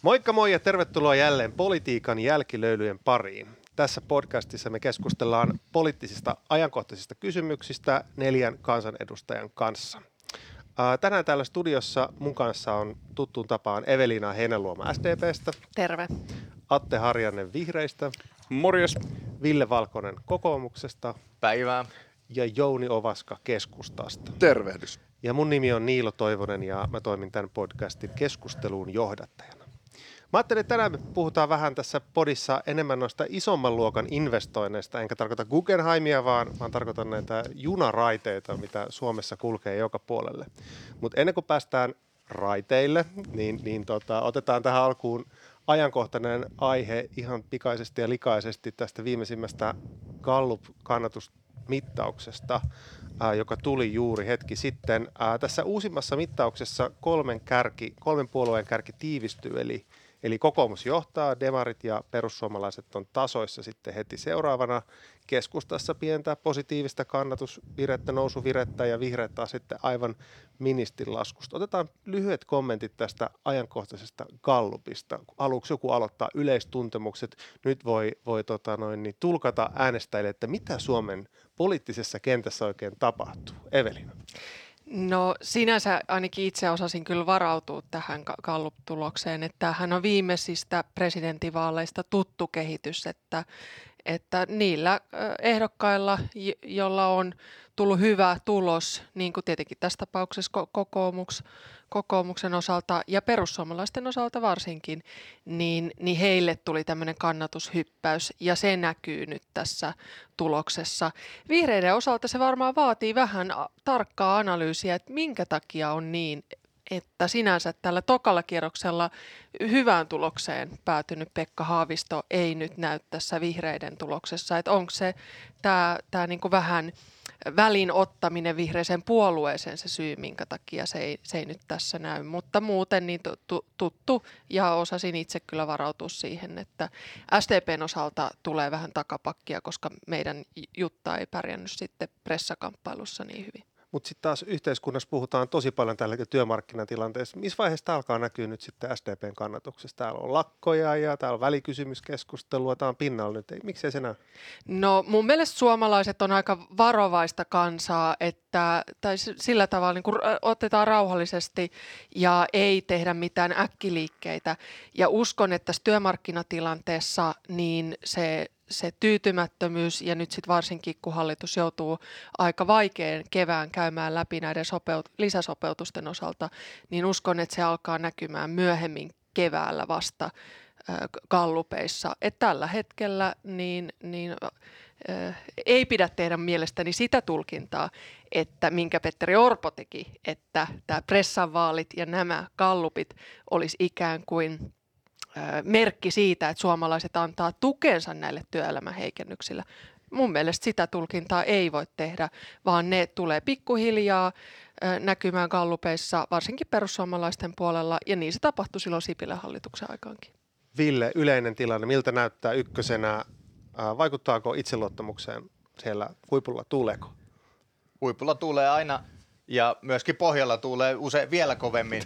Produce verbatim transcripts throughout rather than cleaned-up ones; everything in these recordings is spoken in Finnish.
Moikka moi ja tervetuloa jälleen politiikan jälkilöylyjen pariin. Tässä podcastissa me keskustellaan poliittisista ajankohtaisista kysymyksistä neljän kansanedustajan kanssa. Tänään täällä studiossa mun kanssa on tuttuun tapaan Eveliina Heinäluoma S D P:stä. Terve. Atte Harjanne Vihreistä. Morjes. Ville Valkonen Kokoomuksesta. Päivää. Ja Jouni Ovaska Keskustasta. Tervehdys. Ja mun nimi on Niilo Toivonen ja mä toimin tämän podcastin keskusteluun johdattajana. Mä ajattelin, että tänään me puhutaan vähän tässä podissa enemmän noista isomman luokan investoinneista, enkä tarkoita Guggenheimia, vaan, vaan tarkoitan näitä junaraiteita, mitä Suomessa kulkee joka puolelle. Mutta ennen kuin päästään raiteille, niin, niin tota, otetaan tähän alkuun ajankohtainen aihe ihan pikaisesti ja likaisesti tästä viimeisimmästä Gallup-kannatusmittauksesta, ää, joka tuli juuri hetki sitten. Ää, tässä uusimmassa mittauksessa kolmen, kärki, kolmen puolueen kärki tiivistyy, eli Eli kokoomus johtaa, demarit ja perussuomalaiset on tasoissa sitten heti seuraavana. Keskustassa pientä positiivista kannatusvirettä, nousuvirettä ja vihreät taas sitten aivan ministin laskusta. Otetaan lyhyet kommentit tästä ajankohtaisesta Gallupista. Aluksi joku aloittaa yleistuntemukset. Nyt voi, voi tota noin, niin tulkata äänestäjille, että mitä Suomen poliittisessa kentässä oikein tapahtuu. Eveliina. No sinänsä ainakin itse osasin kyllä varautua tähän Gallup-tulokseen, että hän on viimeisistä presidentinvaaleista tuttu kehitys, että, että niillä ehdokkailla, jolla on tullut hyvä tulos, niin kuin tietenkin tässä tapauksessa kokoomus, kokoomuksen osalta ja perussuomalaisten osalta varsinkin, niin, niin heille tuli tämmöinen kannatushyppäys ja se näkyy nyt tässä tuloksessa. Vihreiden osalta se varmaan vaatii vähän tarkkaa analyysiä, että minkä takia on niin, että sinänsä tällä tokalla kierroksella hyvään tulokseen päätynyt Pekka Haavisto ei nyt näy tässä vihreiden tuloksessa, että onko se tämä, tämä niin kuin vähän välin ottaminen vihreiseen puolueeseen se syy, minkä takia se ei, se ei nyt tässä näy. Mutta muuten niin tuttu ja osasin itse kyllä varautua siihen, että S D P:n osalta tulee vähän takapakkia, koska meidän Jutta ei pärjännyt sitten pressakamppailussa niin hyvin. Mutta sitten taas yhteiskunnassa puhutaan tosi paljon tällä hetkellä työmarkkinatilanteessa. Missä vaiheessa tämä alkaa näkyä nyt sitten S D P:n kannatuksessa? Täällä on lakkoja ja täällä on välikysymyskeskustelua. Tämä on pinnalla nyt. Miksi ei se näy? No mun mielestä suomalaiset on aika varovaista kansaa, että tai sillä tavalla niin kun otetaan rauhallisesti ja ei tehdä mitään äkkiliikkeitä. Ja uskon, että tässä työmarkkinatilanteessa niin se se tyytymättömyys ja nyt sitten varsinkin, kun hallitus joutuu aika vaikean kevään käymään läpi näiden sopeut- lisäsopeutusten osalta, niin uskon, että se alkaa näkymään myöhemmin keväällä vasta äh, gallupeissa. Et tällä hetkellä niin, niin, äh, ei pidä tehdä mielestäni sitä tulkintaa, että minkä Petteri Orpo teki, että tämä pressanvaalit ja nämä gallupit olisi ikään kuin merkki siitä, että suomalaiset antaa tukensa näille työelämän heikennyksillä. Mun mielestä sitä tulkintaa ei voi tehdä, vaan ne tulee pikkuhiljaa näkymään gallupeissa, varsinkin perussuomalaisten puolella, ja niin se tapahtui silloin Sipilän hallituksen aikaankin. Ville, yleinen tilanne, miltä näyttää ykkösenä? Vaikuttaako itseluottamukseen siellä huipulla, tuuleeko? Huipulla tuulee aina, ja myöskin pohjalla tuulee usein vielä kovemmin.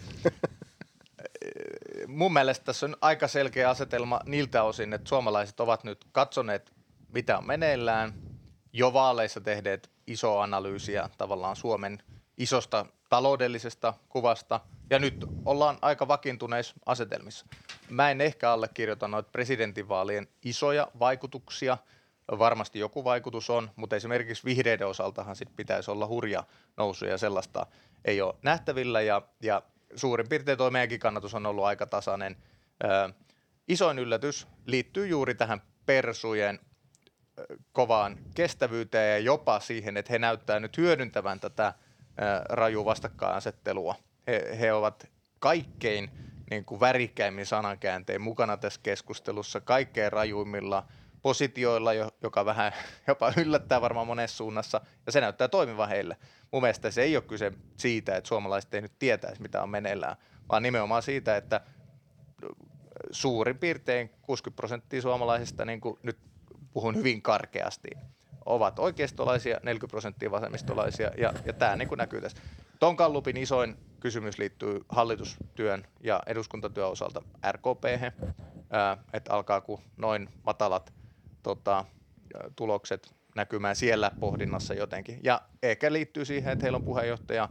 Mun mielestä tässä on aika selkeä asetelma niiltä osin, että suomalaiset ovat nyt katsoneet, mitä on meneillään, jo vaaleissa tehneet isoa analyysiä tavallaan Suomen isosta taloudellisesta kuvasta, ja nyt ollaan aika vakiintuneissa asetelmissa. Mä en ehkä allekirjoita noita presidentinvaalien isoja vaikutuksia, varmasti joku vaikutus on, mutta esimerkiksi vihreiden osaltahan sit pitäisi olla hurja nousu, ja sellaista ei ole nähtävillä, ja, ja suurin piirtein tuo meidänkin kannatus on ollut aika tasainen. Ö, isoin yllätys liittyy juuri tähän persujen ö, kovaan kestävyyteen ja jopa siihen, että he näyttää nyt hyödyntävän tätä ö, rajua vastakkainasettelua. He, he ovat kaikkein niin kuin värikkäimmin sanankääntein mukana tässä keskustelussa, kaikkein rajuimmilla positioilla, joka vähän jopa yllättää varmaan monessa suunnassa, ja se näyttää toimivan heille. Mun mielestä se ei ole kyse siitä, että suomalaiset ei nyt tietäisi, mitä on meneillään, vaan nimenomaan siitä, että suurin piirtein kuusikymmentä prosenttia suomalaisista, niin kuin nyt puhun hyvin karkeasti, ovat oikeistolaisia, neljäkymmentä prosenttia vasemmistolaisia, ja, ja tämä niin kuin näkyy tässä. Ton gallupin isoin kysymys liittyy hallitustyön ja eduskuntatyön osalta R K P:hen, että alkaako noin matalat tota, tulokset näkymään siellä pohdinnassa jotenkin. Ja ehkä liittyy siihen, että heillä on puheenjohtaja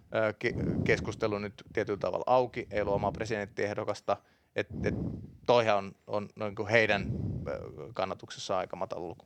keskustelu nyt tietyllä tavalla auki, ei ole omaa presidenttiehdokasta, että et toihan on, on noin kuin heidän kannatuksessaan aika matala luku.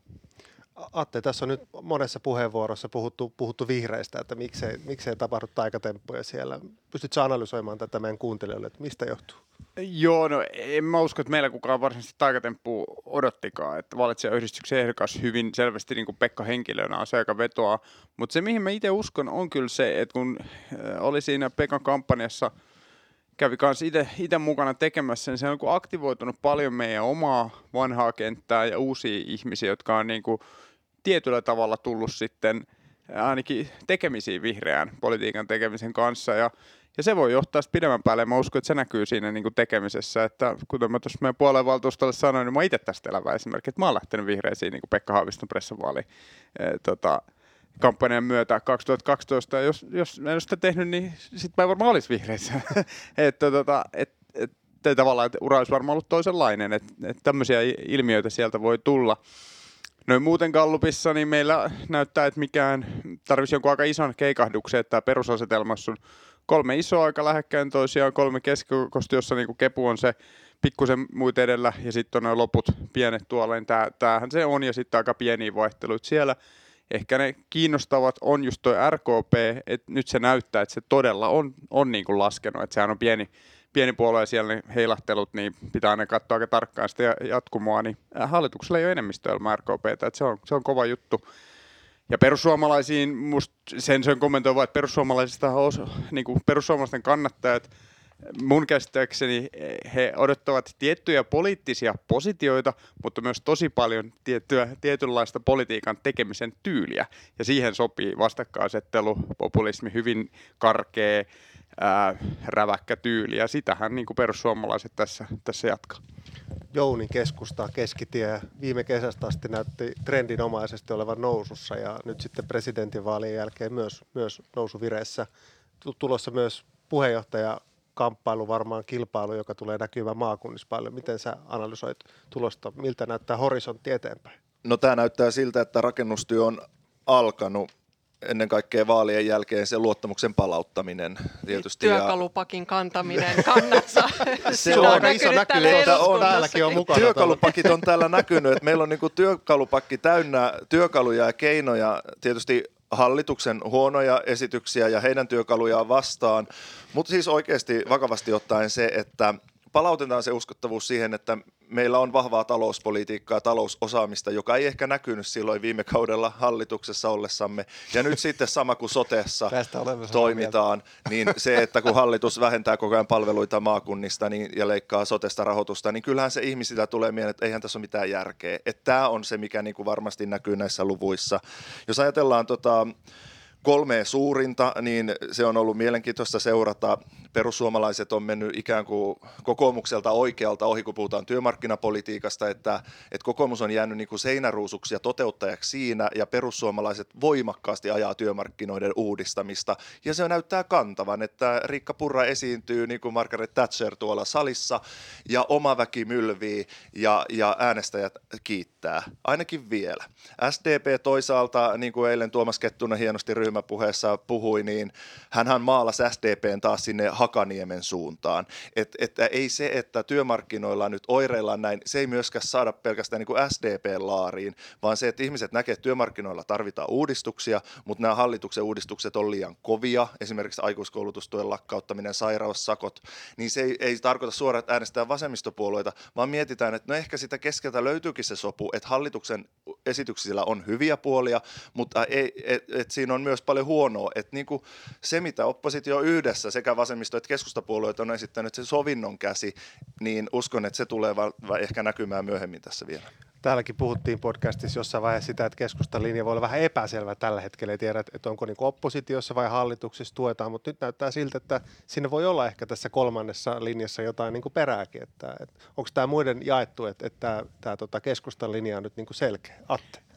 Atte, tässä on nyt monessa puheenvuorossa puhuttu, puhuttu vihreistä, että miksei, miksei tapahdu taikatemppuja siellä. Pystytkö analysoimaan tätä meidän kuuntelijoille, että mistä johtuu? Joo, no en mä usko, että meillä kukaan varsinaisesti taikatemppu odottikaan, että valitsijayhdistyksen ehdokas hyvin selvästi niin kuin Pekka henkilönä on se, joka vetoaa, mutta se mihin mä itse uskon on kyllä se, että kun oli siinä Pekan kampanjassa, kävi kanssa itse mukana tekemässä, niin se on aktivoitunut paljon meidän omaa vanhaa kenttää ja uusia ihmisiä, jotka on niin kuin tietyllä tavalla tullut sitten ainakin tekemisiin vihreän politiikan tekemisen kanssa ja Ja se voi johtaa sitten pidemmän päälle. Mä uskon, että se näkyy siinä niin kuin tekemisessä. Että kuten mä tuossa meidän puoluevaltuustolle sanoin, niin mä itse tästä elävä esimerkki, että mä oon lähtenyt vihreisiin niin kuin Pekka Haaviston pressavaali e, tota, kampanjan myötä kaksituhattakaksitoista. Ja jos, jos en ole sitä tehnyt, niin sitten mä en varmaan olisi vihreissä. että tota, et, et, et, tavallaan että ura olisi varmaan ollut toisenlainen. Että et tämmöisiä ilmiöitä sieltä voi tulla. Noin muuten Gallupissa niin meillä näyttää, että mikään tarvitsisi jonkun aika ison keikahduksen, että tämä perusasetelmassa on kolme isoa aika lähekkäin toisiaan, kolme keskikokoista, jossa niin kuin kepu on se pikkusen muita edellä ja sitten on nuo loput pienet tuolla, niin tää, tämähän se on ja sitten aika pieniä vaihteluita siellä. Ehkä ne kiinnostavat on just toi R K P, että nyt se näyttää, että se todella on, on niin kuin laskenut, että sehän on pieni, pieni puolue ja siellä ne heilahtelut, niin pitää aina katsoa aika tarkkaan sitä jatkumoa, niin hallituksella ei ole enemmistöä R K P:tä, että se on, se on kova juttu. Ja perussuomalaisiin, musta sen sen kommentoin, että perussuomalaisista osa, niin kuin perussuomalaisten kannattajat, mun käsittääkseni he odottavat tiettyjä poliittisia positioita, mutta myös tosi paljon tiettyä, tietynlaista politiikan tekemisen tyyliä. Ja siihen sopii vastakkainasettelu, populismi, hyvin karkea, ää, räväkkä tyyli. Ja sitähän niin kuin perussuomalaiset tässä, tässä jatkaa. Jounin keskusta keskitie viime kesästä asti näytti trendinomaisesti olevan nousussa ja nyt sitten presidentinvaalien jälkeen myös, myös nousuvireessä. Tulossa myös puheenjohtajakamppailu, varmaan kilpailu, joka tulee näkymään maakunnissa paljon. Miten sä analysoit tulosta? Miltä näyttää horisontti eteenpäin? No tämä näyttää siltä, että rakennustyö on alkanut. Ennen kaikkea vaalien jälkeen se luottamuksen palauttaminen tietysti. Työkalupakin kantaminen kannassa. Se on aika iso näkyy, että on, täälläkin on mukana. Työkalupakit on täällä näkynyt, että meillä on niinku työkalupakki täynnä työkaluja ja keinoja, tietysti hallituksen huonoja esityksiä ja heidän työkalujaan vastaan, mutta siis oikeasti vakavasti ottaen se, että palautetaan se uskottavuus siihen, että meillä on vahvaa talouspolitiikkaa ja talousosaamista, joka ei ehkä näkynyt silloin viime kaudella hallituksessa ollessamme. Ja nyt sitten sama kuin sotessa toimitaan, niin se, että kun hallitus vähentää koko ajan palveluita maakunnista niin, ja leikkaa sotesta rahoitusta, niin kyllähän se ihmisillä tulee mieleen, että eihän tässä ole mitään järkeä. Että tämä on se, mikä niin kuin varmasti näkyy näissä luvuissa. Jos ajatellaan tota, kolmea suurinta, niin se on ollut mielenkiintoista seurata. Perussuomalaiset on mennyt ikään kuin kokoomukselta oikealta ohi, kun puhutaan työmarkkinapolitiikasta, että, että kokoomus on jäänyt niin kuin seinäruusuksi ja toteuttajaksi siinä, ja perussuomalaiset voimakkaasti ajaa työmarkkinoiden uudistamista. Ja se näyttää kantavan, että Riikka Purra esiintyy niin kuin Margaret Thatcher tuolla salissa, ja oma väki mylvii, ja, ja äänestäjät kiittää. Ainakin vielä. S D P toisaalta, niin kuin eilen Tuomas Kettunen hienosti ryhmäpuheessa puhui, niin hänhän maalasi S D P:n taas sinne Hakaniemen suuntaan. Et, että ei se, että työmarkkinoilla nyt oireillaan näin, se ei myöskään saada pelkästään niin kuin S D P-laariin, vaan se, että ihmiset näkee, että työmarkkinoilla tarvitaan uudistuksia, mutta nämä hallituksen uudistukset on liian kovia, esimerkiksi aikuiskoulutustuen lakkauttaminen, sairaussakot, niin se ei, ei tarkoita suoraan, että äänestää vasemmistopuolueita, vaan mietitään, että no ehkä sitä keskeltä löytyykin se sopu, että hallituksen esityksillä on hyviä puolia, mutta ei, et, et siinä on myös paljon huonoa, että niin kuin se, mitä oppositio yhdessä sekä vasemmisto että keskustapuolueet on esittänyt se sovinnon käsi, niin uskon, että se tulee va- va- ehkä näkymään myöhemmin tässä vielä. Täälläkin puhuttiin podcastissa jossain vaiheessa sitä, että keskustan linja voi olla vähän epäselvä tällä hetkellä. Ei tiedä, että onko niin oppositiossa vai hallituksessa tuetaan, mutta nyt näyttää siltä, että siinä voi olla ehkä tässä kolmannessa linjassa jotain niin kuin perääkin. Että, että onko tämä muiden jaettu, että, että tämä, tämä tota keskustan linja on nyt niin kuin selkeä? Atte?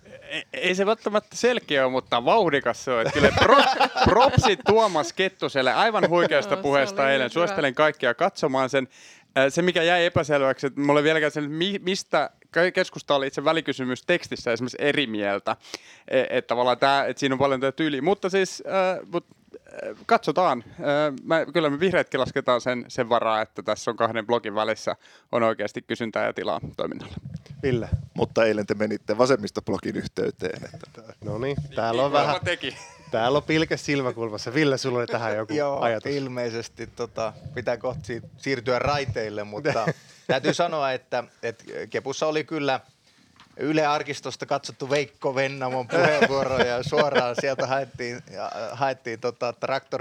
Ei, ei se välttämättä selkeä ole, mutta vauhdikas se on. Että kyllä pro, propsit Tuomas Kettuselle aivan huikeasta No, puheesta oli eilen. hyvä. Suosittelen kaikkia katsomaan sen. Se, mikä jäi epäselväksi, että mulla oli vieläkään sen, mistä keskusta oli itse välikysymystekstissä esimerkiksi eri mieltä. Että tavallaan tämä, että siinä on paljon tätä tyyliä. Mutta siis, äh, mut, äh, katsotaan. Äh, mä, kyllä me vihreätkin lasketaan sen, sen varaa, että tässä on kahden blogin välissä on oikeasti kysyntää ja tilaa toiminnalle. Ville. Mutta eilen te menitte vasemmistoblogin yhteyteen. Että... No niin, täällä on vähän, teki. täällä on pilke silmäkulmassa. Ville, sulla oli tähän joku Joo, ajatus. ilmeisesti tota, pitää kohta si- siirtyä raiteille, mutta täytyy sanoa, että, että Kepussa oli kyllä Yle Arkistosta katsottu Veikko Vennamon puheenvuoroja ja suoraan sieltä haettiin, ja, haettiin tota,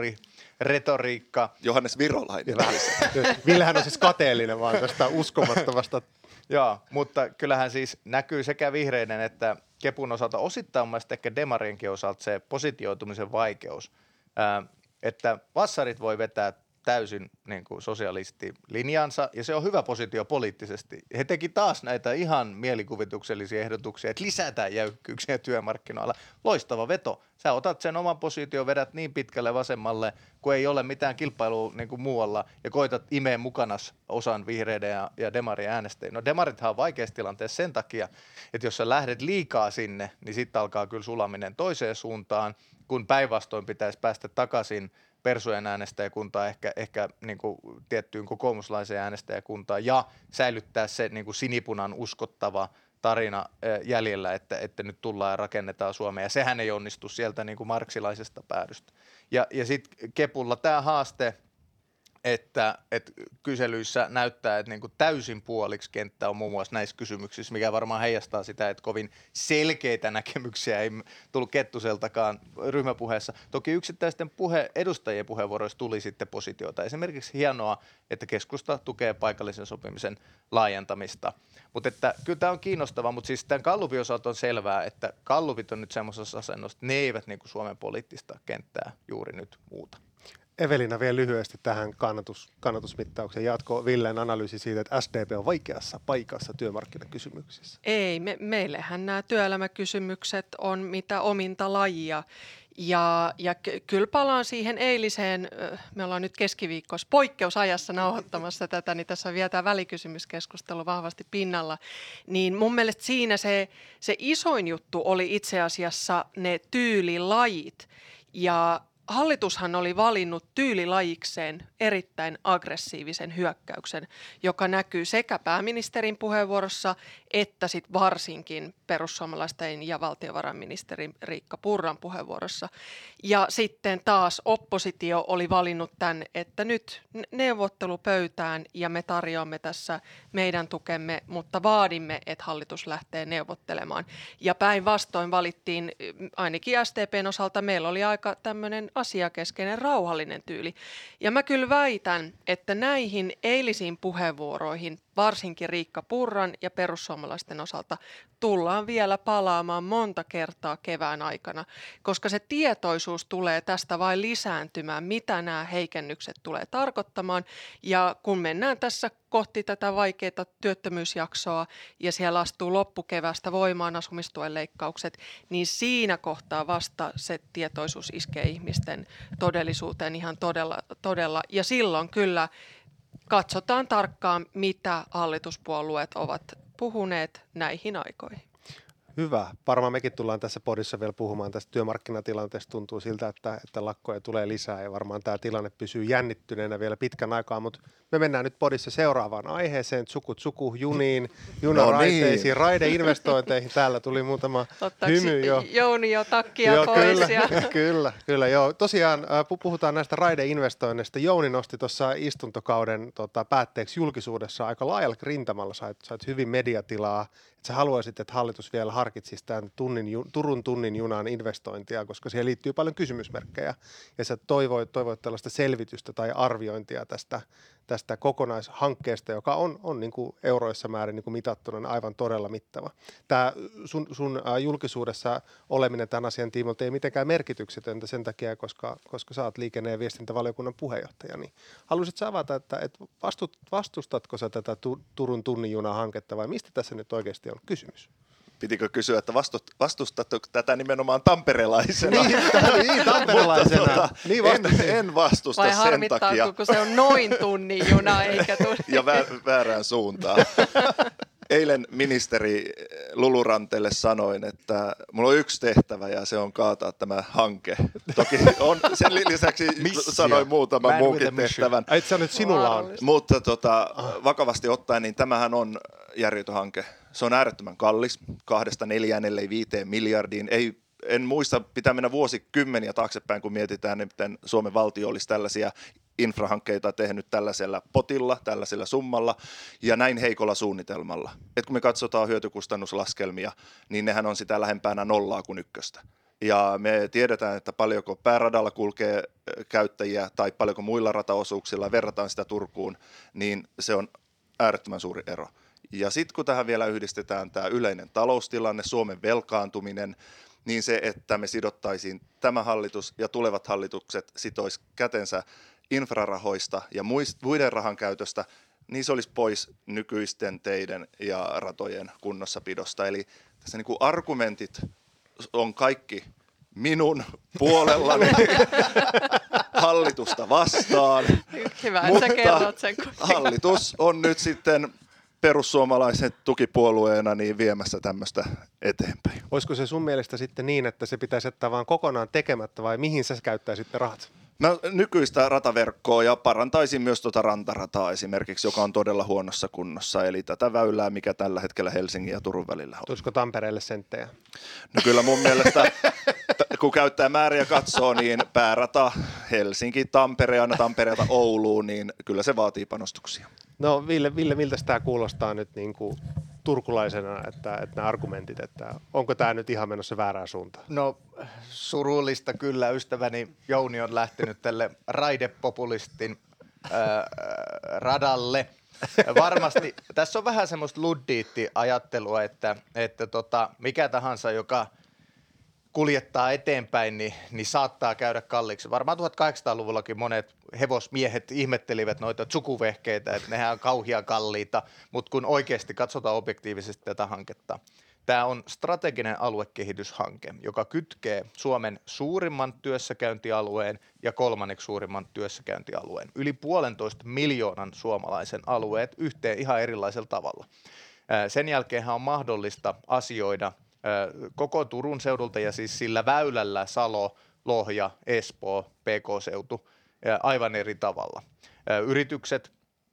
traktoriretoriikka. Johannes Virolainen. Villehän on siis kateellinen vaan tästä uskomattomasta. Joo, mutta kyllähän siis näkyy sekä vihreiden että Kepun osalta osittain mun mielestä ehkä demarienkin osalta se positioitumisen vaikeus, ää, että vassarit voi vetää täysin niin kuin sosialistilinjansa ja se on hyvä positio poliittisesti. He teki taas näitä ihan mielikuvituksellisia ehdotuksia, että lisätään jäykkyyksiä työmarkkinoilla. Loistava veto. Sä otat sen oman position, vedät niin pitkälle vasemmalle, kun ei ole mitään kilpailua niin kuin muualla ja koitat imeä mukanas osan vihreiden ja, ja demarien äänestäjiä. No demarithan on vaikeassa tilanteessa sen takia, että jos sä lähdet liikaa sinne, niin sitten alkaa kyllä sulaminen toiseen suuntaan, kun päinvastoin pitäisi päästä takaisin persujen äänestäjäkuntaa, ehkä, ehkä niin kuin tiettyyn kokoomuslaiseen äänestäjäkuntaan ja säilyttää se niin kuin sinipunan uskottava tarina jäljellä, että, että nyt tullaan ja rakennetaan Suomea. Ja sehän ei onnistu sieltä niin kuin marksilaisesta päädystä. Ja, ja sitten Kepulla tämä haaste, että, että kyselyissä näyttää, että niin kuin täysin puoliksi kenttä on muun muassa näissä kysymyksissä, mikä varmaan heijastaa sitä, että kovin selkeitä näkemyksiä ei tullut Kettuseltakaan ryhmäpuheessa. Toki yksittäisten puhe, edustajien puheenvuoroissa tuli sitten positiota. Esimerkiksi hienoa, että keskusta tukee paikallisen sopimisen laajentamista. Mutta että kyllä tämä on kiinnostavaa, mutta siis tämän Gallupin osalta on selvää, että Gallupit on nyt semmoisessa asennossa, että ne eivät niin kuin Suomen poliittista kenttää juuri nyt muuta. Evelina vielä lyhyesti tähän kannatus, kannatusmittaukseen. Jatko Villen analyysi siitä, että S D P on vaikeassa paikassa työmarkkinakysymyksissä. Ei, me, meillähän nämä työelämäkysymykset on mitä ominta lajia. Ja, ja ky- kyllä palaan siihen eiliseen, me ollaan nyt keskiviikkoissa poikkeusajassa nauhoittamassa tätä, niin tässä on vielä tämä välikysymyskeskustelu vahvasti pinnalla. Niin mun mielestä siinä se, se isoin juttu oli itse asiassa ne tyylilajit ja hallitushan oli valinnut tyylilajikseen erittäin aggressiivisen hyökkäyksen, joka näkyy sekä pääministerin puheenvuorossa että sit varsinkin perussuomalaisten ja valtiovarainministeri Riikka Purran puheenvuorossa. Ja sitten taas oppositio oli valinnut tämän, että nyt neuvottelupöytään ja me tarjoamme tässä meidän tukemme, mutta vaadimme, että hallitus lähtee neuvottelemaan. Ja päinvastoin valittiin ainakin S D P:n osalta, meillä oli aika tämmöinen asiakeskeinen rauhallinen tyyli. Ja mä kyllä väitän, että näihin eilisiin puheenvuoroihin, varsinkin Riikka Purran ja perussuomalaisten osalta, tullaan vielä palaamaan monta kertaa kevään aikana, koska se tietoisuus tulee tästä vain lisääntymään, mitä nämä heikennykset tulee tarkoittamaan. Ja kun mennään tässä kohti tätä vaikeaa työttömyysjaksoa ja siellä astuu loppukevästä voimaan asumistuen leikkaukset, niin siinä kohtaa vasta se tietoisuus iskee ihmisten todellisuuteen ihan todella, todella. Ja silloin kyllä katsotaan tarkkaan, mitä hallituspuolueet ovat puhuneet näihin aikoihin. Hyvä. Varmaan mekin tullaan tässä podissa vielä puhumaan tästä työmarkkinatilanteesta. Tuntuu siltä, että, että lakkoja tulee lisää ja varmaan tämä tilanne pysyy jännittyneenä vielä pitkän aikaa, mutta me mennään nyt podissa seuraavaan aiheeseen, tsukut suku juniin, junaraiteisiin, no niin. raideinvestointeihin. Täällä tuli muutama Ottaako hymy jo. Jouni jo takkia joo, pois? Kyllä, ja... kyllä, kyllä. Joo. Tosiaan äh, puhutaan näistä raideinvestoinneista. Jouni nosti tuossa istuntokauden tota, päätteeksi julkisuudessa aika laajalla rintamalla, sait, sait hyvin mediatilaa. Että sä haluaisit, että hallitus vielä harkitsisi tämän tunnin, Turun tunnin junan investointia, koska siihen liittyy paljon kysymysmerkkejä. Ja sä toivoit, toivoit tällaista selvitystä tai arviointia tästä, tästä kokonaishankkeesta, joka on, on niin kuin euroissa määrin niin kuin mitattuna aivan todella mittava. Tämä sun, sun äh, julkisuudessa oleminen tämän asian tiimoilta ei mitenkään merkityksetöntä sen takia, koska, koska sä oot liikenne- ja viestintävaliokunnan puheenjohtaja. Niin haluaisit sä avata, että, että vastut, vastustatko sä tätä tu, Turun tunnin juna hanketta vai mistä tässä nyt oikeasti on kysymys? pitikö kysyä, että vastut- vastustatko tätä nimenomaan tamperelaisena? Niin, niin tamperelaisena. Mutta, Niin en, vastasin. en vastusta Vai sen harmittaa, takia kun se on noin tunnin juna eikä tunnin. ja vä- väärään suuntaan. Eilen ministeri Lulu Ranteelle sanoin, että mulla on yksi tehtävä ja se on kaataa tämä hanke. Toki on, sen lisäksi Missio. sanoin muutaman Man with a muunkin mission. tehtävän. Ai, se on nyt sinulla on. Mutta tota, vakavasti ottaen, niin tämähän on järjetön hanke. Se on äärettömän kallis, kahdesta neljään, ellei viiteen miljardiin. Ei, en muista, pitää mennä vuosikymmeniä taaksepäin, kun mietitään, miten Suomen valtio olisi tällaisia infrahankkeita tehnyt tällaisella potilla, tällaisella summalla ja näin heikolla suunnitelmalla. Et kun me katsotaan hyötykustannuslaskelmia, niin nehän on sitä lähempänä nollaa kuin ykköstä. Ja me tiedetään, että paljonko pääradalla kulkee käyttäjiä tai paljonko muilla rataosuuksilla, verrataan sitä Turkuun, niin se on äärettömän suuri ero. Ja sitten kun tähän vielä yhdistetään tämä yleinen taloustilanne, Suomen velkaantuminen, niin se, että me sidottaisiin tämä hallitus ja tulevat hallitukset sitois kätensä infrarahoista ja muiden rahan käytöstä, niin se olisi pois nykyisten teiden ja ratojen kunnossapidosta. Eli tässä niin kuin argumentit on kaikki minun puolellani hallitusta vastaan, Hyvä, että mutta sä kerrot sen. kun- hallitus on nyt sitten perussuomalaiset tukipuolueena niin viemässä tämmöistä eteenpäin. Olisiko se sun mielestä sitten niin, että se pitäisi jättää vaan kokonaan tekemättä vai mihin sä käyttäisitte rahat? Mä nykyistä rataverkkoa ja parantaisin myös tuota rantarataa esimerkiksi, joka on todella huonossa kunnossa, eli tätä väylää, mikä tällä hetkellä Helsingin ja Turun välillä on. Tulisiko Tampereelle senttejä? No kyllä mun mielestä, t- kun käyttää määriä katsoo, niin päärata Helsinki, Tampere, aina Tampereelta Ouluun, niin kyllä se vaatii panostuksia. No Ville, Ville miltä tämä kuulostaa nyt niin kuin turkulaisena, että, että nämä argumentit, että onko tämä nyt ihan menossa väärään suuntaan? No surullista kyllä, ystäväni Jouni on lähtenyt tälle raidepopulistin ää, radalle. Varmasti tässä on vähän semmoista luddiitti-ajattelua, että, että tota, mikä tahansa, joka kuljettaa eteenpäin, niin, niin saattaa käydä kalliiksi. Varmaan tuhatkahdeksansataaluvullakin monet hevosmiehet ihmettelivät noita tsukuvehkeitä, että nehän on kauhia kalliita, mutta kun oikeasti katsotaan objektiivisesti tätä hanketta, tämä on strateginen aluekehityshanke, joka kytkee Suomen suurimman työssäkäyntialueen ja kolmanneksi suurimman työssäkäyntialueen. Yli puolentoista miljoonan suomalaisen alueet yhteen ihan erilaisella tavalla. Sen jälkeenhän on mahdollista asioida koko Turun seudulta ja siis sillä väylällä Salo, Lohja, Espoo, P K-seutu aivan eri tavalla. Yritykset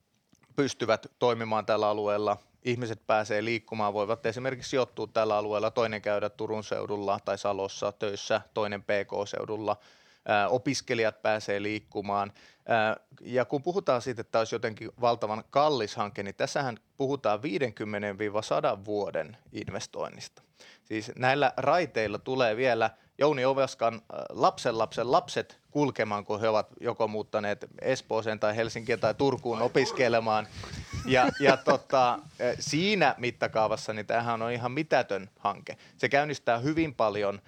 pystyvät toimimaan tällä alueella, ihmiset pääsee liikkumaan, voivat esimerkiksi sijoittua tällä alueella, toinen käydä Turun seudulla tai Salossa töissä, toinen P K-seudulla. Opiskelijat pääsee liikkumaan. Ja kun puhutaan siitä, että tämä olisi jotenkin valtavan kallis hanke, niin tässähän puhutaan viisikymmentä sadan vuoden investoinnista. Siis näillä raiteilla tulee vielä Jouni Ovaskan lapsenlapsen lapset kulkemaan, kun he ovat joko muuttaneet Espooseen tai Helsinkiin tai Turkuun opiskelemaan. Ja, ja tota, siinä mittakaavassa niin tämähän on ihan mitätön hanke. Se käynnistää hyvin paljon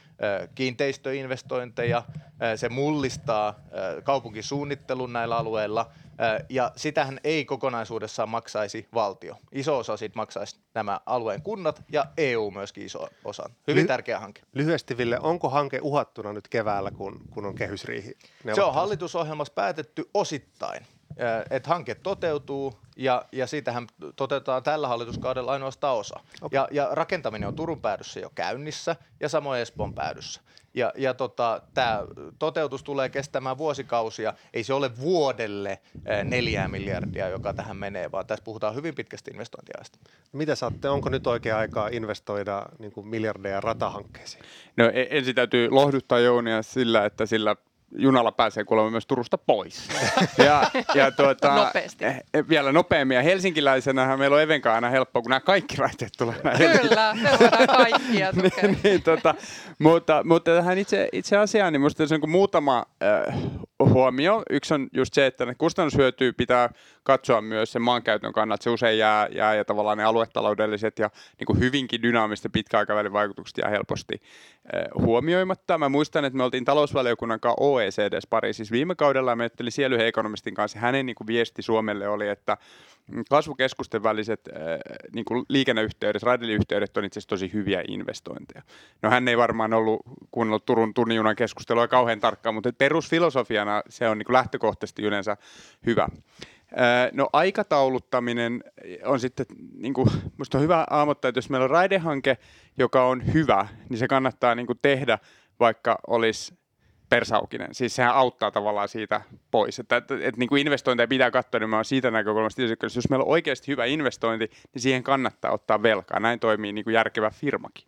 kiinteistöinvestointeja, se mullistaa kaupunkisuunnittelun näillä alueilla ja sitähän ei kokonaisuudessaan maksaisi valtio. Iso osa siitä maksaisi nämä alueen kunnat ja E U myöskin iso osa. Hyvin Ly- tärkeä hanke. Lyhyesti Ville, onko hanke uhattuna nyt keväällä, kun, kun on kehysriihi? Se on hallitusohjelmassa päätetty osittain, että hanke toteutuu ja, ja siitähän toteutetaan tällä hallituskaudella ainoastaan osa. Okay. Ja, ja rakentaminen on Turun päädyssä jo käynnissä ja samoin Espoon päädyssä. Ja, ja tota, tämä toteutus tulee kestämään vuosikausia. Ei se ole vuodelle neljää miljardia, joka tähän menee, vaan tässä puhutaan hyvin pitkästä investointiajasta. Mitä saatte, onko nyt oikea aikaa investoida niin kuin miljardeja ratahankkeisiin? No ensin täytyy lohduttaa Jounia sillä, että sillä junalla pääsee kuulemma myös Turusta pois. ja, ja tuota, Nopeasti. eh, vielä nopeammin. Ja helsinkiläisenähän meillä on Evenkaan aina helppoa, kun nämä kaikki raiteet tulee näin Kyllä, me voidaan kaikkia tukea. niin, niin, tota, mutta, mutta tähän itse, itse asiaan, niin minusta se on kuin muutama äh, huomio. Yksi on just se, että ne kustannushyötyä pitää katsoa myös sen maankäytön kannalta. Se usein jää, jää ja tavallaan ne aluetaloudelliset ja niin kuin hyvinkin dynaamiset pitkäaikavälin vaikutukset jää helposti eh, huomioimatta. Mä muistan, että me oltiin talousvaliokunnan kanssa O E C D:ssä Pariisissa viime kaudella ja me juttelin siellä yhden ekonomistin kanssa. Hänen niin kuin viesti Suomelle oli, että kasvukeskusten väliset äh, niin kuin liikenneyhteydet, raideliiyhteydet on itse asiassa tosi hyviä investointeja. No hän ei varmaan ollut kuunnellut Turun tunnin junan keskustelua kauhean tarkkaan, mutta perusfilosofiana se on niin kuin lähtökohtaisesti yleensä hyvä. Äh, no aikatauluttaminen on sitten, niin kuin, musta on hyvä hahmottaa, että jos meillä on raidehanke, joka on hyvä, niin se kannattaa niin kuin tehdä, vaikka olisi persaukinen. Siis sehän auttaa tavallaan siitä pois. Että, että, että niin kuin investointeja pitää katsoa, niin mä oon siitä näkökulmasta, että jos meillä on oikeasti hyvä investointi, niin siihen kannattaa ottaa velkaa. Näin toimii niin kuin järkevä firmakin.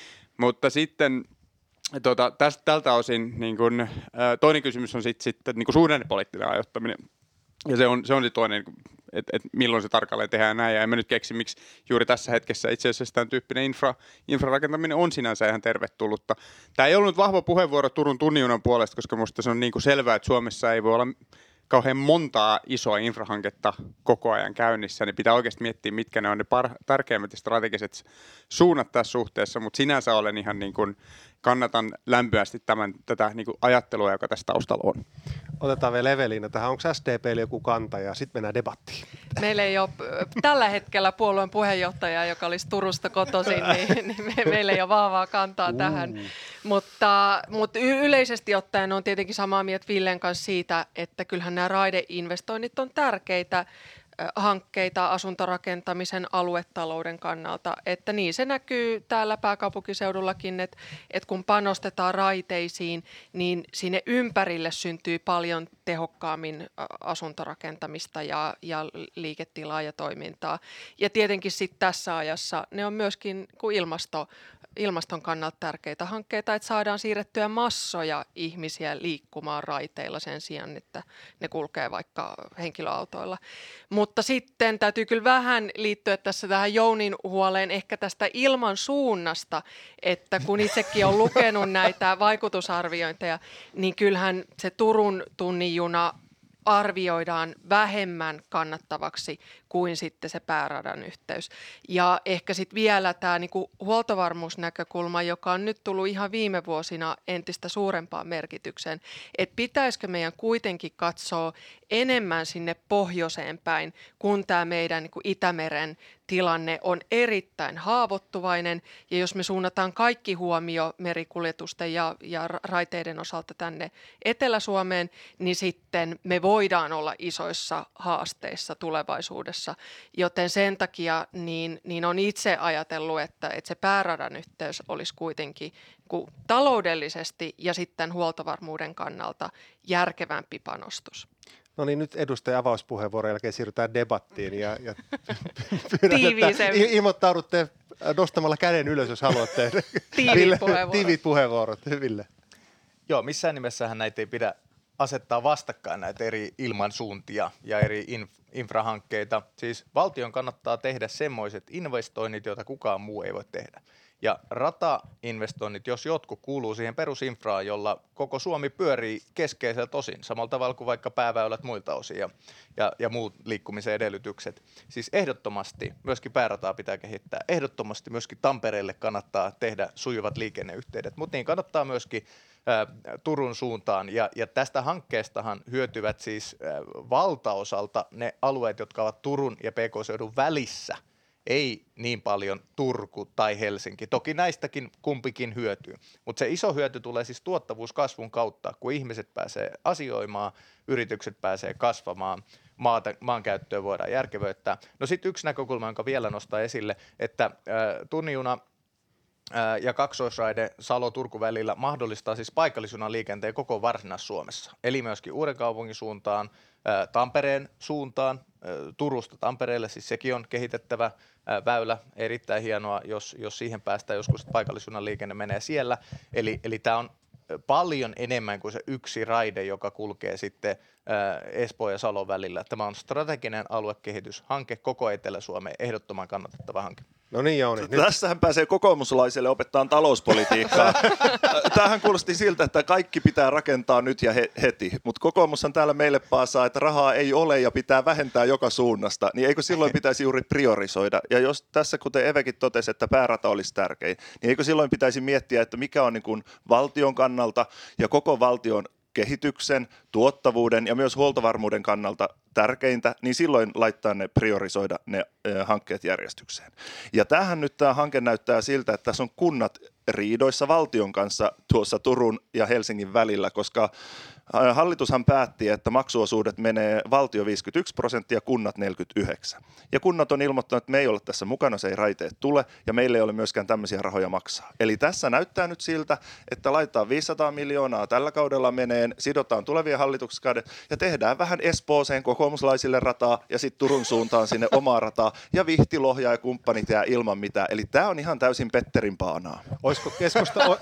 Mutta sitten tota, tästä, tältä osin niin kuin, äh, toinen kysymys on sitten sit, niin kuin suhdannepoliittinen ajoittaminen. Ja se on se, on se toinen, että et milloin se tarkalleen tehdään näin. Ja en mä nyt keksi, miksi juuri tässä hetkessä itse asiassa tämän tyyppinen infra, infrarakentaminen on sinänsä ihan tervetullutta. Tämä ei ollut vahva puheenvuoro Turun tunnin junan puolesta, koska minusta se on niin kuin selvää, että Suomessa ei voi olla kauhean montaa isoa infrahanketta koko ajan käynnissä, niin pitää oikeasti miettiä, mitkä ne on ne par- tärkeimmät ja strategiset suunnat tässä suhteessa, mutta sinänsä olen ihan niin kuin, kannatan lämpöästi tämän, tätä niin kuin ajattelua, joka tässä taustalla on. Otetaan vielä Eveliina tähän. Onko S D P:llä joku kanta ja sitten mennään debattiin? Meillä ei ole tällä hetkellä puolueen puheenjohtajaa, joka olisi Turusta kotoisin, niin, niin me, meillä ei ole vahvaa kantaa uh. tähän. Mutta, mutta yleisesti ottaen on tietenkin samaa mieltä Villen kanssa siitä, että kyllähän nämä raideinvestoinnit on tärkeitä hankkeita asuntorakentamisen aluetalouden kannalta, että niin se näkyy täällä pääkaupunkiseudullakin, että, että kun panostetaan raiteisiin, niin sinne ympärille syntyy paljon tehokkaammin asuntorakentamista ja, ja liiketilaa ja toimintaa. Ja tietenkin sitten tässä ajassa ne on myöskin kuin ilmasto, ilmaston kannalta tärkeitä hankkeita, että saadaan siirrettyä massoja ihmisiä liikkumaan raiteilla sen sijaan, että ne kulkee vaikka henkilöautoilla. Mutta sitten täytyy kyllä vähän liittyä tässä tähän Jounin huoleen ehkä tästä ilman suunnasta, että kun itsekin olen lukenut näitä vaikutusarviointeja, niin kyllähän se Turun tunnin juna arvioidaan vähemmän kannattavaksi kuin sitten se pääradan yhteys. Ja ehkä sitten vielä tämä niinku huoltovarmuusnäkökulma, joka on nyt tullut ihan viime vuosina entistä suurempaan merkitykseen, että pitäisikö meidän kuitenkin katsoa enemmän sinne pohjoiseen päin, kun tämä meidän niinku Itämeren tilanne on erittäin haavoittuvainen, ja jos me suunnataan kaikki huomio merikuljetusten ja, ja raiteiden osalta tänne Etelä-Suomeen, niin sitten me voidaan olla isoissa haasteissa tulevaisuudessa, joten sen takia niin, niin on itse ajatellut, että, että se pääradan yhteys olisi kuitenkin taloudellisesti ja sitten huoltovarmuuden kannalta järkevämpi panostus. No niin, nyt edustaja avauspuheenvuoron jälkeen siirrytään debattiin ja, ja pyydän, että ilmoittaudutte nostamalla käden ylös, jos haluatte. Tiiviit puheenvuorot. Tiiviit puheenvuorot, Ville. Joo, missään nimessähän näitä ei pidä asettaa vastakkain näitä eri ilmansuuntia ja eri inf- infrahankkeita. Siis valtion kannattaa tehdä semmoiset investoinnit, joita kukaan muu ei voi tehdä. Ja ratainvestoinnit, jos jotkut, kuuluu siihen perusinfraan, jolla koko Suomi pyörii keskeiseltä osin, samalla tavalla kuin vaikka pääväylät muilta osin ja, ja, ja muut liikkumisen edellytykset. Siis ehdottomasti myöskin päärataa pitää kehittää. Ehdottomasti myöskin Tampereelle kannattaa tehdä sujuvat liikenneyhteydet, mutta niin kannattaa myöskin ä, Turun suuntaan. Ja, ja tästä hankkeestahan hyötyvät siis ä, valtaosalta ne alueet, jotka ovat Turun ja P K-seudun välissä. Ei niin paljon Turku tai Helsinki. Toki näistäkin kumpikin hyötyy, mutta se iso hyöty tulee siis tuottavuuskasvun kautta, kun ihmiset pääsee asioimaan, yritykset pääsee kasvamaan, maata, maankäyttöä voidaan järkevöittää. No sitten yksi näkökulma, jonka vielä nostaa esille, että äh, tunnin juna äh, ja kaksoisraide Salo-Turku välillä mahdollistaa siis paikallisjunan liikenteen koko Varsinais-Suomessa, eli myöskin Uudenkaupungin suuntaan, äh, Tampereen suuntaan, Turusta Tampereelle, siis sekin on kehitettävä ää, väylä, erittäin hienoa, jos, jos siihen päästään joskus, paikallisjunan liikenne menee siellä. Eli, eli tämä on paljon enemmän kuin se yksi raide, joka kulkee sitten ää, Espoon ja Salon välillä. Tämä on strateginen aluekehityshanke koko Etelä-Suomeen, ehdottoman kannatettava hanke. No niin Jouni, nyt Tässähän pääsee kokoomuslaiselle opettaa talouspolitiikkaa. Tämähän kuulosti siltä, että kaikki pitää rakentaa nyt ja he, heti, mutta kokoomushan täällä meille paasaa, että rahaa ei ole ja pitää vähentää joka suunnasta, niin eikö silloin pitäisi juuri priorisoida? Ja jos tässä, kuten Evekin totesi, että päärata olisi tärkein, niin eikö silloin pitäisi miettiä, että mikä on niin kuin valtion kannalta ja koko valtion kehityksen, tuottavuuden ja myös huoltovarmuuden kannalta tärkeintä, niin silloin laittaa ne priorisoida ne ö, hankkeet järjestykseen. Ja tämähän nyt tämä hanke näyttää siltä, että tässä on kunnat riidoissa valtion kanssa tuossa Turun ja Helsingin välillä, koska hallitushan päätti, että maksuosuudet menee valtio viisikymmentäyksi prosenttia, kunnat neljäkymmentäyhdeksän. Ja kunnat on ilmoittanut, että me ei ole tässä mukana, se ei raiteet tule, ja meille ei ole myöskään tämmöisiä rahoja maksaa. Eli tässä näyttää nyt siltä, että laitetaan viisisataa miljoonaa tällä kaudella meneen, sidotaan tulevien hallituksen ja tehdään vähän Espooseen kokoomuslaisille rataa, ja sitten Turun suuntaan sinne omaa rataa, ja Vihti, Lohja ja kumppanit jää ilman mitään. Eli tämä on ihan täysin Petterin paanaa. olisiko keskusta, o...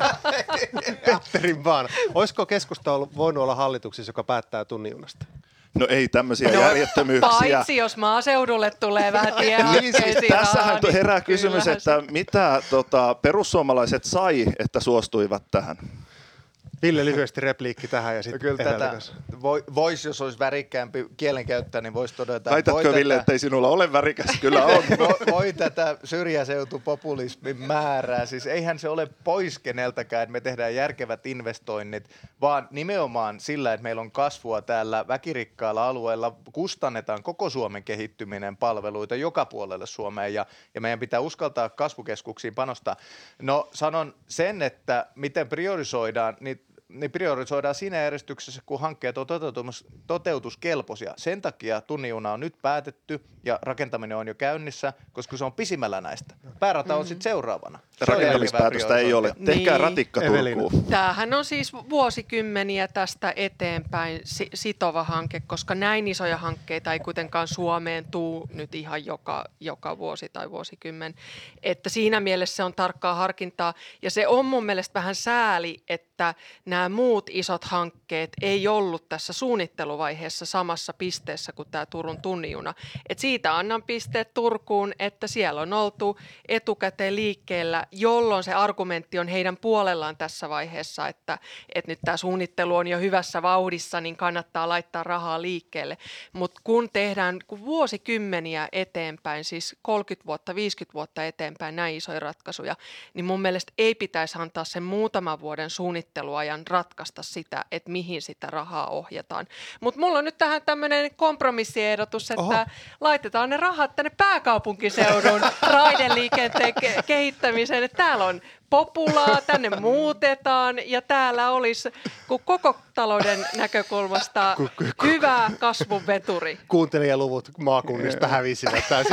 Petterin vaan, olisiko keskusta ollut, voinut olla hallituksessa, joka päättää tunnin junasta? No ei tämmöisiä No, järjettömyyksiä. Paitsi jos maaseudulle tulee vähän Niin, siis tiehankkeisiin tässähän rahaa, niin herää kysymys, kyllähän että mitä tota, perussuomalaiset sai, että suostuivat tähän? Ville, lyhyesti repliikki tähän ja No sitten kyllä Evelä tätä, kanssa. voi, vois, jos olisi värikkäämpi kielenkäyttö, niin voisi todeta, Väitätkö, voi Ville, tätä, että ei sinulla ole värikäs? Kyllä on. voi, voi tätä syrjäseutupopulismin määrää. Siis eihän se ole pois keneltäkään, että me tehdään järkevät investoinnit, vaan nimenomaan sillä, että meillä on kasvua täällä väkirikkaalla alueella, kustannetaan koko Suomen kehittyminen palveluita joka puolelle Suomeen ja, ja meidän pitää uskaltaa kasvukeskuksiin panostaa. No sanon sen, että miten priorisoidaan, niin niin priorisoidaan siinä järjestyksessä, kun hankkeet on toteutus, toteutuskelpoisia. Sen takia tunnin-juna on nyt päätetty ja rakentaminen on jo käynnissä, koska se on pisimmällä näistä. Päärata on sitten seuraavana. Se on Rakentamispäätöstä järkevää ei ole. priorisointia. Tehkää Niin. ratikka Evelina. Turkuun. Tämähän on siis vuosikymmeniä tästä eteenpäin si- sitova hanke, koska näin isoja hankkeita ei kuitenkaan Suomeen tuu nyt ihan joka, joka vuosi tai vuosikymmen. Että siinä mielessä se on tarkkaa harkintaa ja se on mun mielestä vähän sääli, että nämä muut isot hankkeet ei ollut tässä suunnitteluvaiheessa samassa pisteessä kuin tämä Turun tunnin-juna. Et siitä annan pisteet Turkuun, että siellä on oltu etukäteen liikkeellä, jolloin se argumentti on heidän puolellaan tässä vaiheessa, että, että nyt tämä suunnittelu on jo hyvässä vauhdissa, niin kannattaa laittaa rahaa liikkeelle. Mutta kun tehdään kun vuosikymmeniä eteenpäin, siis kolmekymmentä vuotta, viisikymmentä vuotta eteenpäin näin isoja ratkaisuja, niin mun mielestä ei pitäisi antaa sen muutaman vuoden suunnitteluajan ratkaista sitä, että mihin sitä rahaa ohjataan. Mutta mulla on nyt tähän tämmöinen kompromissiehdotus, että Oho. laitetaan ne rahat tänne pääkaupunkiseudun raideliikenteen ke- kehittämiseen. Että täällä on populaa, tänne muutetaan ja täällä olisi kun koko talouden näkökulmasta hyvä kasvun veturi. Kuuntelijaluvut maakunnista hävisivät täysin.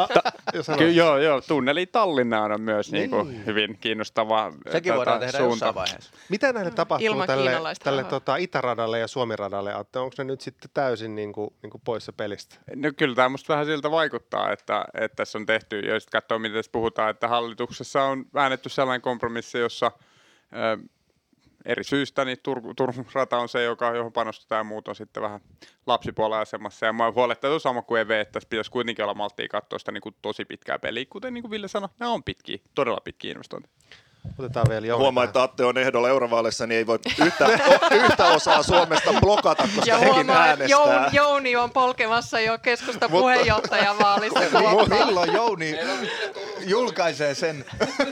Kyllä, joo, joo. Tunneli Tallinnaan on myös niin. Niin hyvin kiinnostava Sekin tätä voidaan tehdä suunta. jossain vaiheessa. Mitä näille tapahtuu Ilman tälle, kiinalaista tälle rahaa. tota, Itäradalle ja Suomiradalle? Atte? Onko ne nyt sitten täysin niin kuin, niin kuin poissa pelistä? No kyllä tämä musta vähän siltä vaikuttaa, että, että tässä on tehty, ja sitten katsoo, miten tässä puhutaan, että hallituksessa on väännetty sellainen kompromissi, jossa ö, eri syistä niin Tur- Turun rata on se, joka, johon panostetaan ja muut on sitten vähän lapsipuolen asemassa. Ja mä huolettaa sama kuin Eve, että tässä pitäisi kuitenkin olla malttia katsoa sitä niin kuin tosi pitkää peliä. Kuten niin kuin Ville sanoi, nämä on pitkiä, todella pitkiä investointeja. Otetaan vielä Jouni Huomaa, tähän. että Atte on ehdolla eurovaaleissa, niin ei voi yhtä, yhtä osaa Suomesta blokata, koska Ja hekin huomaa, että äänestää. Jouni, Jouni on polkemassa jo keskustan Mutta- puheenjohtajan vaalissa. Milloin Jouni julkaisee sen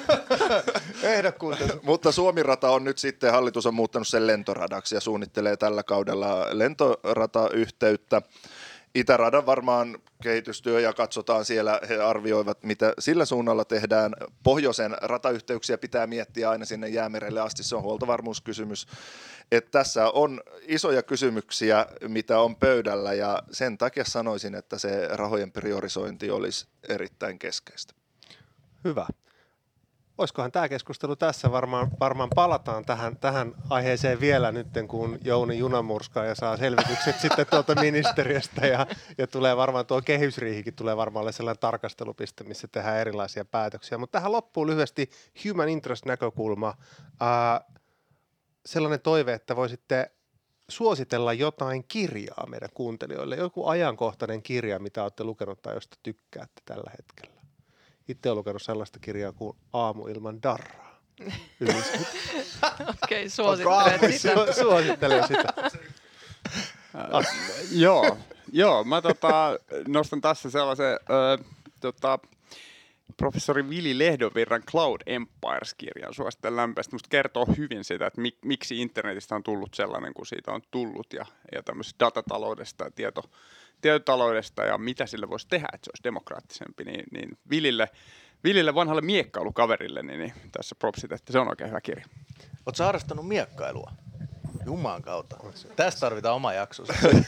ehdokkuutensa? Mutta Suomi-rata on nyt sitten, hallitus on muuttanut sen lentoradaksi ja suunnittelee tällä kaudella lentoratayhteyttä. Itäradan varmaan kehitystyö ja katsotaan siellä, he arvioivat, mitä sillä suunnalla tehdään. Pohjoisen ratayhteyksiä pitää miettiä aina sinne Jäämerelle asti, se on huoltovarmuuskysymys. Et tässä on isoja kysymyksiä, mitä on pöydällä ja sen takia sanoisin, että se rahojen priorisointi olisi erittäin keskeistä. Hyvä. Olisikohan tämä keskustelu tässä? Varmaan, varmaan palataan tähän, tähän aiheeseen vielä nyt, kun Jouni junamurska ja saa selvitykset sitten tuolta ministeriöstä ja, ja tulee varmaan tuo kehysriihikin tulee varmaan olla sellainen tarkastelupiste, missä tehdään erilaisia päätöksiä. Mutta tähän loppuun lyhyesti human interest näkökulma. Ää, sellainen toive, että voisitte suositella jotain kirjaa meidän kuuntelijoille, joku ajankohtainen kirja, mitä olette lukenut tai josta tykkäätte tällä hetkellä. itse olen lukenut sellaista kirjaa kuin Aamu ilman darraa. Ylis- Okei, suosittelet sitä. Su- Suosittelen sitä. Äh, joo, joo, mä tota, nostan tässä sellaisen äh, tota, professori Vili Lehdonvirran Cloud Empires-kirjan. Suosittelen lämpimästi. Musta kertoo hyvin sitä, että mik, miksi internetistä on tullut sellainen kuin siitä on tullut ja, ja tämmöisestä datataloudesta ja tieto, tietotaloudesta ja mitä sille voisi tehdä, että se olisi demokraattisempi. Niin, niin Vilille, Vilille vanhalle miekkailukaverille, niin, niin tässä propsit, että se on oikein hyvä kirja. Oletko harrastanut miekkailua? Jumalan kautta. Tästä tarvitaan oma jakso.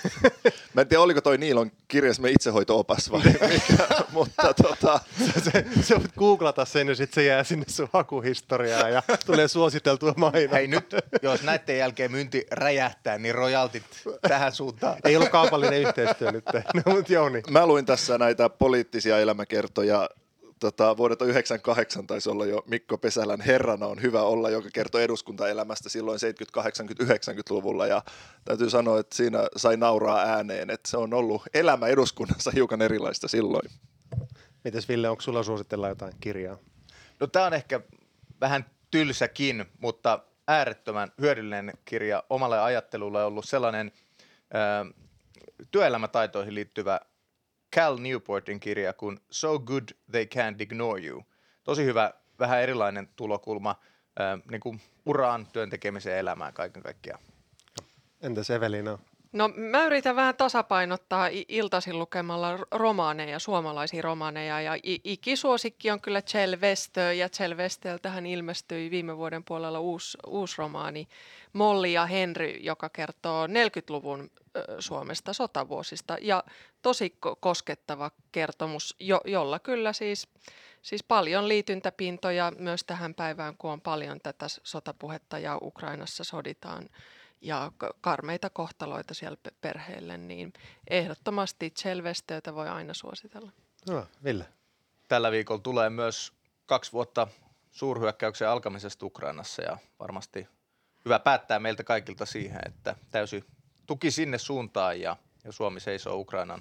Mä en tiedä, oliko toi Niilon kirjasme itsehoito-opas vai mikä, mutta tota... Se, se voit googlata sen ja sitten se jää sinne sun hakuhistoriaan ja tulee suositeltua mainontaa. Hei nyt, jos näiden jälkeen myynti räjähtää, niin rojaltit tähän suuntaan. Ei ollut kaupallinen yhteistyö nyt, no, mutta Jouni. Mä luin tässä näitä poliittisia elämäkertoja. Tota, vuodelta yhdeksänkymmentäkahdeksan taisi olla jo Mikko Pesälän Herrana on hyvä olla, joka kertoi eduskuntaelämästä silloin seitsemänkymmentä-, kahdeksankymmentä-, yhdeksänkymmentäluvulla ja täytyy sanoa, että siinä sai nauraa ääneen, että se on ollut elämä eduskunnassa hiukan erilaista silloin. Mites Ville, onko sulla suositella jotain kirjaa? No tää on ehkä vähän tylsäkin, mutta äärettömän hyödyllinen kirja omalle ajattelulle on ollut sellainen ö, työelämätaitoihin liittyvä Cal Newportin kirja kuin So Good They Can't Ignore You. Tosi hyvä, vähän erilainen tulokulma äh, niin kuin uraan, työn tekemiseen ja elämään kaiken kaikkiaan. Entäs Evelina? No mä yritän vähän tasapainottaa i- iltaisin lukemalla romaaneja, suomalaisia romaaneja ja i- ikisuosikki on kyllä Kjell Westö ja Kjell Westöltähän ilmestyi viime vuoden puolella uusi, uusi romaani Molly ja Henry, joka kertoo neljäkymmentäluvun ö, Suomesta sotavuosista ja tosi ko- koskettava kertomus, jo- jolla kyllä siis, siis paljon liityntäpintoja myös tähän päivään, kun on paljon tätä sotapuhetta ja Ukrainassa soditaan ja karmeita kohtaloita siellä perheelle, niin ehdottomasti Kjell Westötä voi aina suositella. No, Ville. Tällä viikolla tulee myös kaksi vuotta suurhyökkäyksen alkamisesta Ukrainassa ja varmasti hyvä päättää meiltä kaikilta siihen, että täysi tuki sinne suuntaan ja, ja Suomi seisoo Ukrainan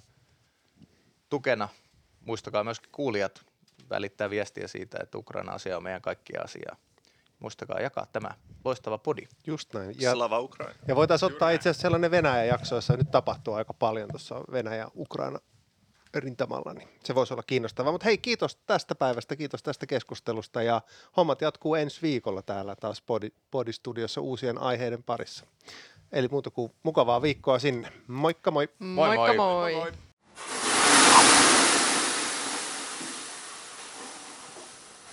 tukena. Muistakaa myöskin kuulijat välittää viestiä siitä, että Ukraina-asia on meidän kaikkien asiaa. Muistakaa jakaa tämä loistava podi. Just näin. Ja, Slava Ukraina. ja voitaisiin ottaa itse asiassa sellainen Venäjä-jakso, jossa nyt tapahtuu aika paljon tuossa Venäjä-Ukraina rintamalla, niin se voisi olla kiinnostavaa. Mutta hei, kiitos tästä päivästä, kiitos tästä keskustelusta ja hommat jatkuu ensi viikolla täällä taas Podi, Podi-studiossa uusien aiheiden parissa. Eli muuta kuin mukavaa viikkoa sinne. Moikka moi! Moi Moikka moi. moi! moi.